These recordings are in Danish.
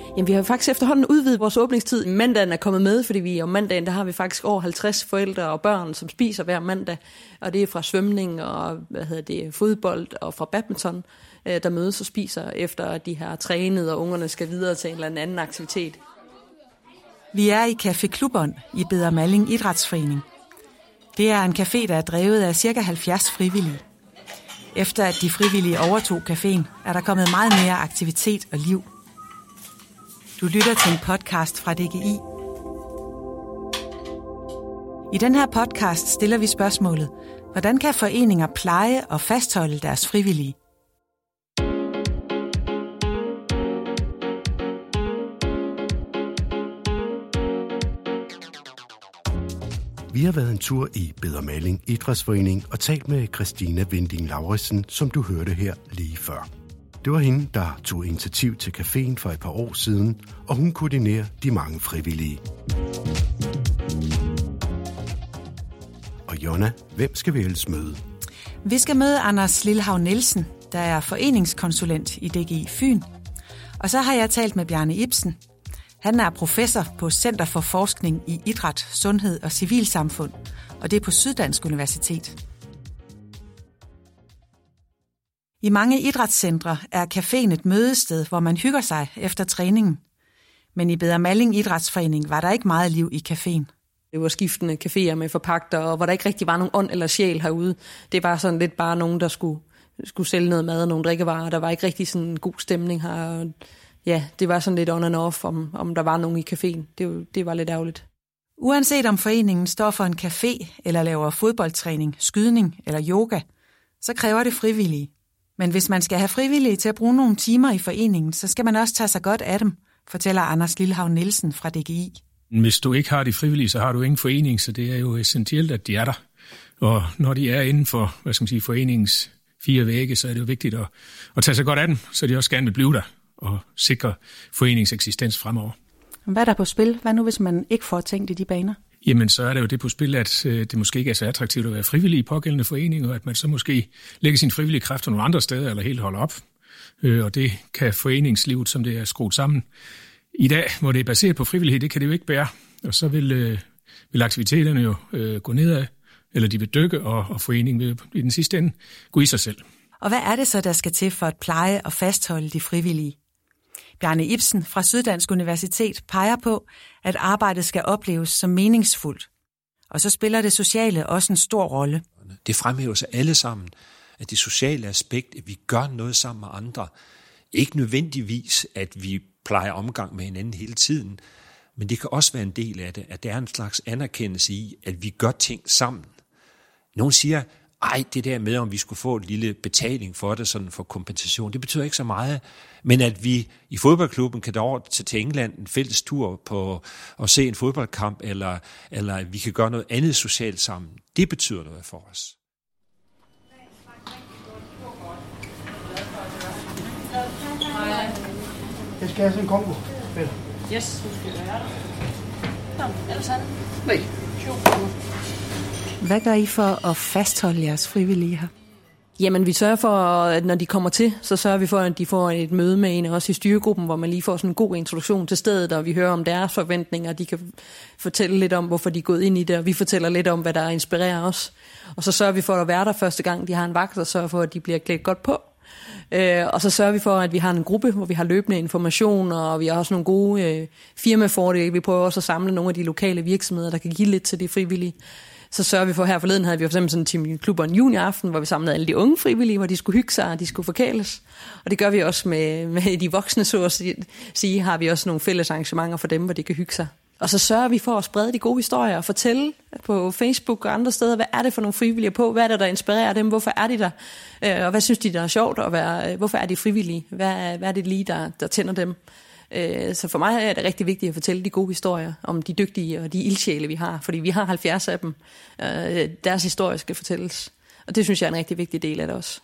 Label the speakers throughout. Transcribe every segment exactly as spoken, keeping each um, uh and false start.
Speaker 1: Jamen, vi har faktisk efterhånden udvidet vores åbningstid. Mandagen er kommet med, fordi vi om mandagen, der har vi faktisk over halvtreds forældre og børn, som spiser hver mandag. Og det er fra svømning og hvad hedder det, fodbold og fra badminton, der mødes og spiser efter, at de har trænet, og ungerne skal videre til en eller anden aktivitet.
Speaker 2: Vi er i Café Klubånd i Bedre Malling Idrætsforening. Det er en café, der er drevet af ca. halvfjerds frivillige. Efter at de frivillige overtog caféen, er der kommet meget mere aktivitet og liv. Du lytter til en podcast fra D G I. I den her podcast stiller vi spørgsmålet: hvordan kan foreninger pleje og fastholde deres frivillige?
Speaker 3: Vi har været en tur i Bedre Malling Idrætsforening og talt med Christina Vinding Lauritsen, som du hørte her lige før. Det var hende, der tog initiativ til caféen for et par år siden, og hun koordinerer de mange frivillige. Og Jonna, hvem skal vi ellers møde?
Speaker 2: Vi skal møde Anders Lilhav Nielsen, der er foreningskonsulent i D G I Fyn. Og så har jeg talt med Bjarne Ibsen. Han er professor på Center for Forskning i Idræt, Sundhed og Civilsamfund, og det er på Syddansk Universitet. I mange idrætscentre er caféen et mødested, hvor man hygger sig efter træningen. Men i Bedre Malling Idrætsforening var der ikke meget liv i caféen.
Speaker 1: Det var skiftende caféer med forpagter, og hvor der ikke rigtig var nogen ånd eller sjæl herude. Det var sådan lidt bare nogen, der skulle, skulle sælge noget mad og nogle drikkevarer. Der var ikke rigtig sådan en god stemning her. Ja, det var sådan lidt on and off, om, om der var nogen i caféen. Det, det var lidt ærgerligt.
Speaker 2: Uanset om foreningen står for en café, eller laver fodboldtræning, skydning eller yoga, så kræver det frivillige. Men hvis man skal have frivillige til at bruge nogle timer i foreningen, så skal man også tage sig godt af dem, fortæller Anders Lilhav Nielsen fra D G I.
Speaker 4: Hvis du ikke har de frivillige, så har du ingen forening, så det er jo essentielt, at de er der. Og når de er inden for, hvad skal man sige, foreningens fire vægge, så er det jo vigtigt at, at tage sig godt af dem, så de også gerne vil blive der og sikre foreningens eksistens fremover.
Speaker 2: Hvad er der på spil? Hvad nu, hvis man ikke får tænkt i de baner?
Speaker 4: Jamen, så er det jo det på spil, at det måske ikke er så attraktivt at være frivillig i pågældende forening, og at man så måske lægger sine frivillige kræfter nogle andre steder, eller helt holder op. Og det kan foreningslivet, som det er skruet sammen i dag, hvor det er baseret på frivillighed, det kan det jo ikke bære. Og så vil, øh, vil aktiviteterne jo øh, gå nedad, eller de vil dykke, og, og foreningen vil i den sidste ende gå i sig selv.
Speaker 2: Og hvad er det så, der skal til for at pleje og fastholde de frivillige? Bjarne Ibsen fra Syddansk Universitet peger på, at arbejdet skal opleves som meningsfuldt. Og så spiller det sociale også en stor rolle.
Speaker 5: Det fremhæver sig alle sammen, at det sociale aspekt, at vi gør noget sammen med andre, ikke nødvendigvis, at vi plejer omgang med hinanden hele tiden, men det kan også være en del af det, at der er en slags anerkendelse i, at vi gør ting sammen. Nogle siger, ej, det der med, om vi skulle få en lille betaling for det, sådan for kompensation, det betyder ikke så meget. Men at vi i fodboldklubben kan over til England en fælles tur på at se en fodboldkamp, eller, eller at vi kan gøre noget andet socialt sammen, det betyder noget for os.
Speaker 6: Jeg skal have sådan en kombo.
Speaker 1: Yes, du skal være der. Kom, ellers han.
Speaker 6: Nej.
Speaker 2: Hvad gør I for at fastholde jeres frivillige her?
Speaker 1: Jamen, vi sørger for, at når de kommer til, så sørger vi for, at de får et møde med en, også i styregruppen, hvor man lige får sådan en god introduktion til stedet, og vi hører om deres forventninger, de kan fortælle lidt om, hvorfor de er gået ind i det, og vi fortæller lidt om, hvad der inspirerer os. Og så sørger vi for at være der første gang, de har en vagt, og sørger for, at de bliver klædt godt på. Øh, og så sørger vi for, at vi har en gruppe, hvor vi har løbende information, og vi har også nogle gode øh, firmafordele. Vi prøver også at samle nogle af de lokale virksomheder, der kan give lidt til de frivillige. Så sørger vi for, her forleden havde vi for eksempel sådan en Team Klub og en junioraften, hvor vi samlede alle de unge frivillige, hvor de skulle hygge sig, og de skulle forkæles. Og det gør vi også med, med de voksne, så at sige, har vi også nogle fælles arrangementer for dem, hvor de kan hygge sig. Og så sørger vi for at sprede de gode historier og fortælle på Facebook og andre steder, hvad er det for nogle frivillige på, hvad er det, der inspirerer dem, hvorfor er de der, og hvad synes de, der er sjovt, og hvad, hvorfor er de frivillige, hvad, hvad er det lige, der, der tænder dem. Så for mig er det rigtig vigtigt at fortælle de gode historier om de dygtige og de ildsjæle, vi har, fordi vi har halvfjerds af dem. Deres historie skal fortælles, og det synes jeg er en rigtig vigtig del af det også.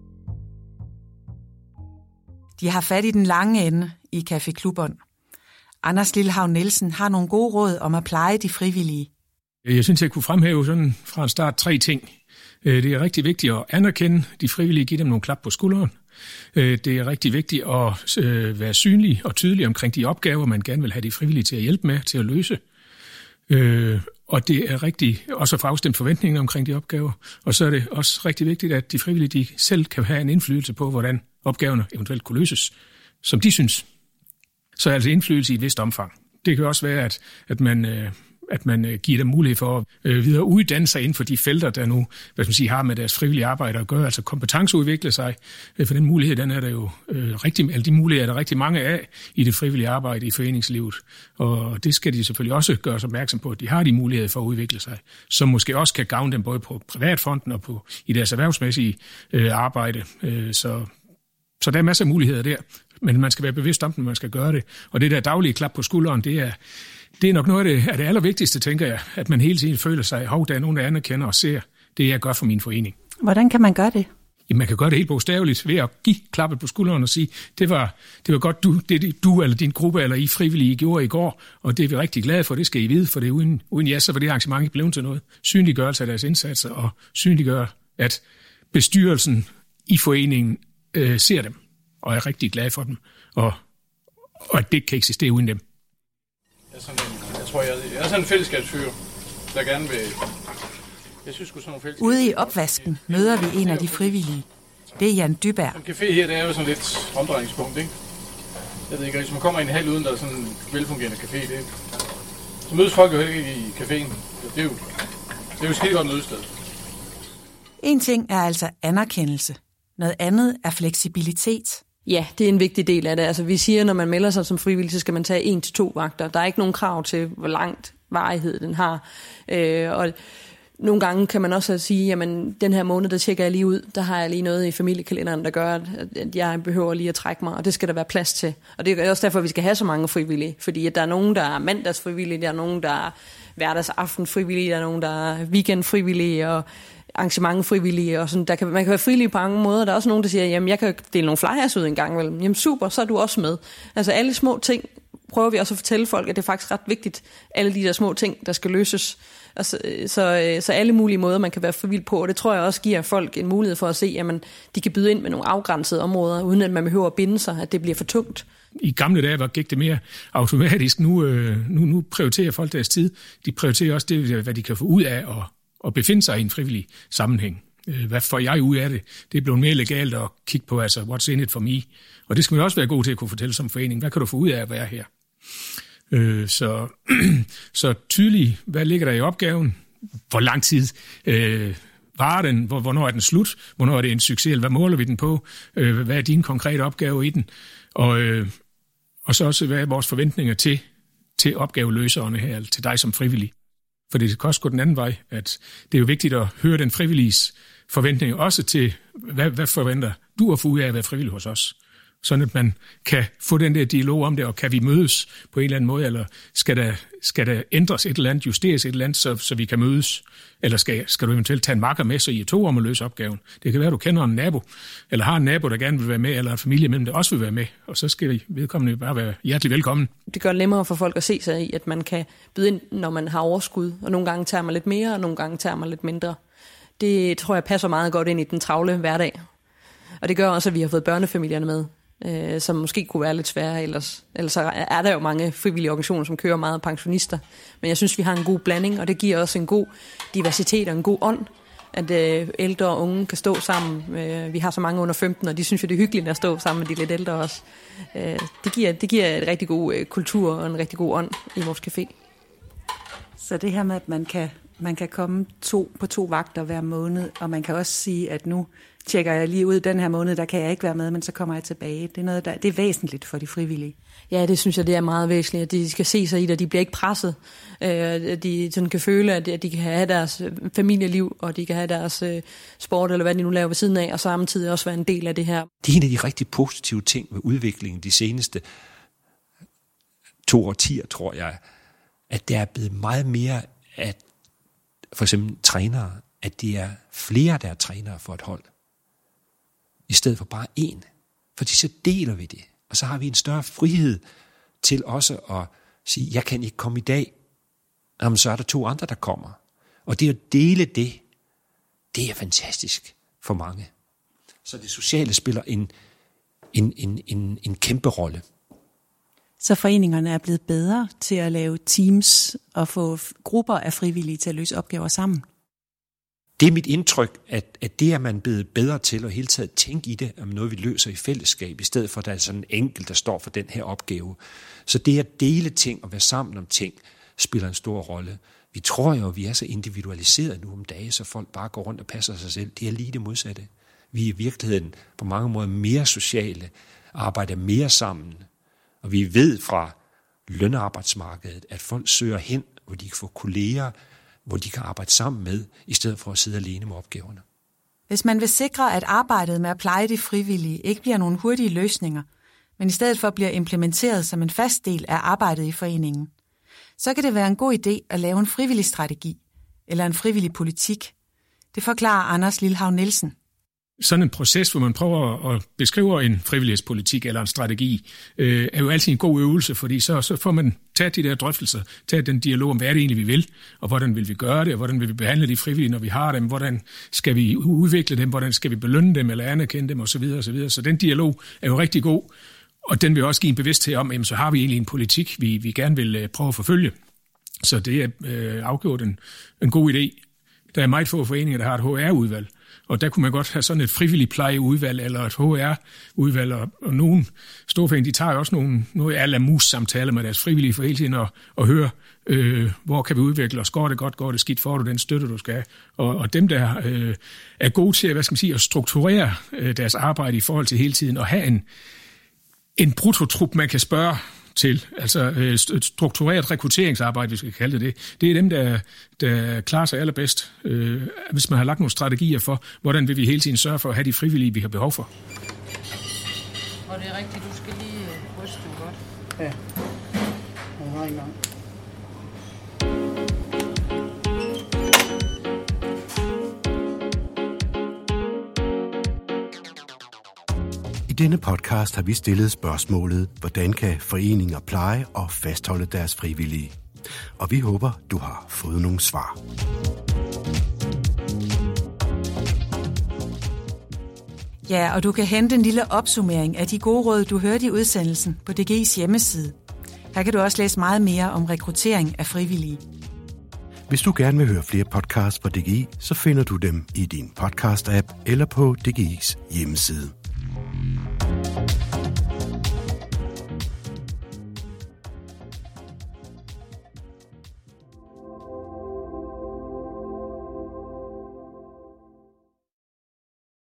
Speaker 2: De har fat i den lange ende i Café Klubånd. Anders Lillehavn Nielsen har nogle gode råd om at pleje de frivillige.
Speaker 4: Jeg synes, jeg kunne fremhæve sådan fra en start tre ting. Det er rigtig vigtigt at anerkende de frivillige, give dem nogle klap på skulderen. Det er rigtig vigtigt at være synlig og tydelig omkring de opgaver, man gerne vil have de frivillige til at hjælpe med, til at løse. Og det er rigtig også at få afstemt forventninger omkring de opgaver. Og så er det også rigtig vigtigt, at de frivillige de selv kan have en indflydelse på, hvordan opgaverne eventuelt kunne løses, som de synes. Så er altså indflydelse i et vist omfang. Det kan også være, at, at man... at man giver dem mulighed for at øh, videre uddanne sig inden for de felter, der nu hvad skal man sige, har med deres frivillige arbejde at gøre, altså kompetenceudvikle sig. For den mulighed, den er der jo øh, rigtig, eller de muligheder er der rigtig mange af i det frivillige arbejde i foreningslivet. Og det skal de selvfølgelig også gøre sig opmærksom på, at de har de muligheder for at udvikle sig, som måske også kan gavne dem både på privatfronten og på, i deres erhvervsmæssige øh, arbejde. Øh, så, så der er masser af muligheder der, men man skal være bevidst om, når man skal gøre det. Og det der daglige klap på skulderen, det er Det er nok noget af det, af det allervigtigste, tænker jeg, at man hele tiden føler sig, hov, der er nogen, der anerkender og ser det, jeg gør for min forening.
Speaker 2: Hvordan kan man gøre det?
Speaker 4: Jamen, man kan gøre det helt bogstaveligt ved at give klappet på skulderen og sige, det var, det var godt, du, det, du eller din gruppe eller I frivillige gjorde i går, og det er vi rigtig glade for, det skal I vide, for det er uden, uden jer, så var det arrangement ikke blevet til noget. Synliggørelse af deres indsatser og synliggøre, at bestyrelsen i foreningen øh, ser dem og er rigtig glad for dem, og, og at det ikke kan eksistere uden dem.
Speaker 6: Jeg er sådan en, jeg tror, jeg, jeg er sådan en fællesskabsfyr, der gerne vil... Jeg synes sgu sådan nogle fællesskab...
Speaker 2: Ude i opvasken møder vi en af de frivillige. Det er Jan Dyberg.
Speaker 6: En café her, det er jo sådan lidt omdrejningspunkt, ikke? Jeg ved ikke, hvis man kommer ind i halv uden, der er sådan en velfungerende café, det så mødes folk jo ikke i caféen. Det er jo, det er jo et skide godt mødested.
Speaker 2: En ting er altså anerkendelse. Noget andet er fleksibilitet.
Speaker 1: Ja, det er en vigtig del af det. Altså, vi siger, når man melder sig som frivillig, så skal man tage en til to vagter. Der er ikke nogen krav til, hvor langt varighed den har. Øh, og nogle gange kan man også sige, jamen den her måned, der tjekker jeg lige ud, der har jeg lige noget i familiekalenderen, der gør, at jeg behøver lige at trække mig, og det skal der være plads til. Og det er også derfor, vi skal have så mange frivillige, fordi at der er nogen, der er mandagsfrivillige, der er nogen, der er hverdagsaftenfrivillige, der er nogen, der er weekendfrivillige, og arrangementfrivillige, og sådan, der kan, man kan være frivillig på mange måder. Der er også nogen, der siger, jamen jeg kan dele nogle flyers ud en gang imellem. Jamen super, så er du også med. Altså alle små ting prøver vi også at fortælle folk, at det er faktisk ret vigtigt, alle de der små ting, der skal løses. Altså, så, så alle mulige måder, man kan være frivillig på, og det tror jeg også giver folk en mulighed for at se, at de kan byde ind med nogle afgrænsede områder, uden at man behøver at binde sig, at det bliver for tungt.
Speaker 4: I gamle dage var gik det mere automatisk. Nu, nu, nu prioriterer folk deres tid. De prioriterer også det, hvad de kan få ud af at, at befinde sig i en frivillig sammenhæng. Hvad får jeg ud af det? Det er blevet mere legalt at kigge på, altså, what's in it for me? Og det skal man også være god til at kunne fortælle som forening. Hvad kan du få ud af at være her? Øh, så, så tydeligt, hvad ligger der i opgaven? Hvor lang tid øh, varer den? Hvor, hvornår er den slut? Hvornår er det en succes? Eller hvad måler vi den på? Øh, hvad er dine konkrete opgaver i den? Og, øh, og så også, hvad er vores forventninger til, til opgaveløserne her, til dig som frivillig? For det kan også gå den anden vej, at det er jo vigtigt at høre den frivilliges forventninger også til, hvad, hvad forventer du at få ud af at være frivillig hos os? Sådan at man kan få den der dialog om det, og kan vi mødes på en eller anden måde, eller skal der, skal der ændres et eller andet, justeres et eller andet, så, så vi kan mødes? Eller skal, skal du eventuelt tage en makker med, så I er to om at løse opgaven? Det kan være, at du kender en nabo, eller har en nabo, der gerne vil være med, eller en familie mellem, der også vil være med, og så skal I vedkommende bare være hjertelig velkommen.
Speaker 1: Det gør det nemmere for folk at se sig i, at man kan byde ind, når man har overskud, og nogle gange tager man lidt mere, og nogle gange tager man lidt mindre. Det tror jeg passer meget godt ind i den travle hverdag. Og det gør også, at vi har fået børnefamilierne med, øh, som måske kunne være lidt svære ellers. Ellers er der jo mange frivillige organisationer, som kører meget pensionister. Men jeg synes, vi har en god blanding, og det giver også en god diversitet og en god ånd, at øh, ældre og unge kan stå sammen. Øh, vi har så mange under femten, og de synes jo, det er hyggeligt at stå sammen med de lidt ældre også. Øh, det, giver, det giver et rigtig god øh, kultur og en rigtig god ånd i vores café.
Speaker 2: Så det her med, at man kan, man kan komme to på to vagter hver måned, og man kan også sige, at nu tjekker jeg lige ud den her måned, der kan jeg ikke være med, men så kommer jeg tilbage. Det er, noget, der, det er væsentligt for de frivillige.
Speaker 1: Ja, det synes jeg, det er meget væsentligt, at de skal se sig i det, og de bliver ikke presset. At de sådan kan føle, at de kan have deres familieliv, og de kan have deres sport, eller hvad de nu laver ved siden af, og samtidig også være en del af det her.
Speaker 5: Det er en af de rigtig positive ting med udviklingen de seneste to årtier, tror jeg, at der er blevet meget mere, at for eksempel trænere, at det er flere, der er trænere for et hold, i stedet for bare én. Fordi så deler vi det, og så har vi en større frihed til også at sige, jeg kan ikke komme i dag, jamen så er der to andre, der kommer. Og det at dele det, det er fantastisk for mange. Så det sociale spiller en, en, en, en, en kæmpe rolle.
Speaker 2: Så foreningerne er blevet bedre til at lave teams og få grupper af frivillige til at løse opgaver sammen?
Speaker 5: Det er mit indtryk, at, at det er man blevet bedre til at hele taget tænke i det, om noget vi løser i fællesskab, i stedet for at der er sådan en enkelt, der står for den her opgave. Så det at dele ting og være sammen om ting, spiller en stor rolle. Vi tror jo, at vi er så individualiseret nu om dagen, så folk bare går rundt og passer sig selv. Det er lige det modsatte. Vi er i virkeligheden på mange måder mere sociale, arbejder mere sammen. Og vi ved fra lønarbejdsmarkedet, at folk søger hen, hvor de kan få kolleger, hvor de kan arbejde sammen med, i stedet for at sidde alene med opgaverne.
Speaker 2: Hvis man vil sikre, at arbejdet med at pleje de frivillige ikke bliver nogle hurtige løsninger, men i stedet for bliver implementeret som en fast del af arbejdet i foreningen, så kan det være en god idé at lave en frivillig strategi eller en frivillig politik. Det forklarer Anders Lilhav Nielsen.
Speaker 4: Sådan en proces, hvor man prøver at beskrive en frivillighedspolitik eller en strategi, øh, er jo altid en god øvelse, fordi så, så får man taget de der drøftelser, taget den dialog om, hvad er det egentlig, vi vil, og hvordan vil vi gøre det, og hvordan vil vi behandle de frivillige, når vi har dem, hvordan skal vi udvikle dem, hvordan skal vi belønne dem eller anerkende dem osv. osv. Så den dialog er jo rigtig god, og den vil også give en bevidsthed om, jamen, så har vi egentlig en politik, vi, vi gerne vil prøve at forfølge. Så det er øh, afgjort en, en god idé. Der er meget få foreninger, der har et H R-udvalg, og der kunne man godt have sådan et frivilligt plejeudvalg eller et H R-udvalg, og, og nogle storforeninger, de tager jo også nogle, nogle a la mus-samtaler med deres frivillige for hele tiden og, og høre, øh, hvor kan vi udvikle os, går det godt, går det skidt, får du den støtte, du skal have. Og, og dem, der øh, er gode til hvad skal man sige, at strukturere øh, deres arbejde i forhold til hele tiden, og have en, en brutotrup, man kan spørge til, altså et struktureret rekrutteringsarbejde, hvis vi skal kalde det det. Det er dem, der, der klarer sig allerbedst, øh, hvis man har lagt nogle strategier for, hvordan vil vi hele tiden sørge for at have de frivillige, vi har behov for.
Speaker 1: Og det er rigtigt, du skal lige ryste den godt.
Speaker 7: Ja, jeg har en gang.
Speaker 3: I denne podcast har vi stillet spørgsmålet, hvordan kan foreninger pleje og fastholde deres frivillige? Og vi håber, du har fået nogle svar.
Speaker 2: Ja, og du kan hente en lille opsummering af de gode råd, du hørte i udsendelsen på D G I's hjemmeside. Her kan du også læse meget mere om rekruttering af frivillige.
Speaker 3: Hvis du gerne vil høre flere podcasts på D G I, så finder du dem i din podcast-app eller på D G I's hjemmeside.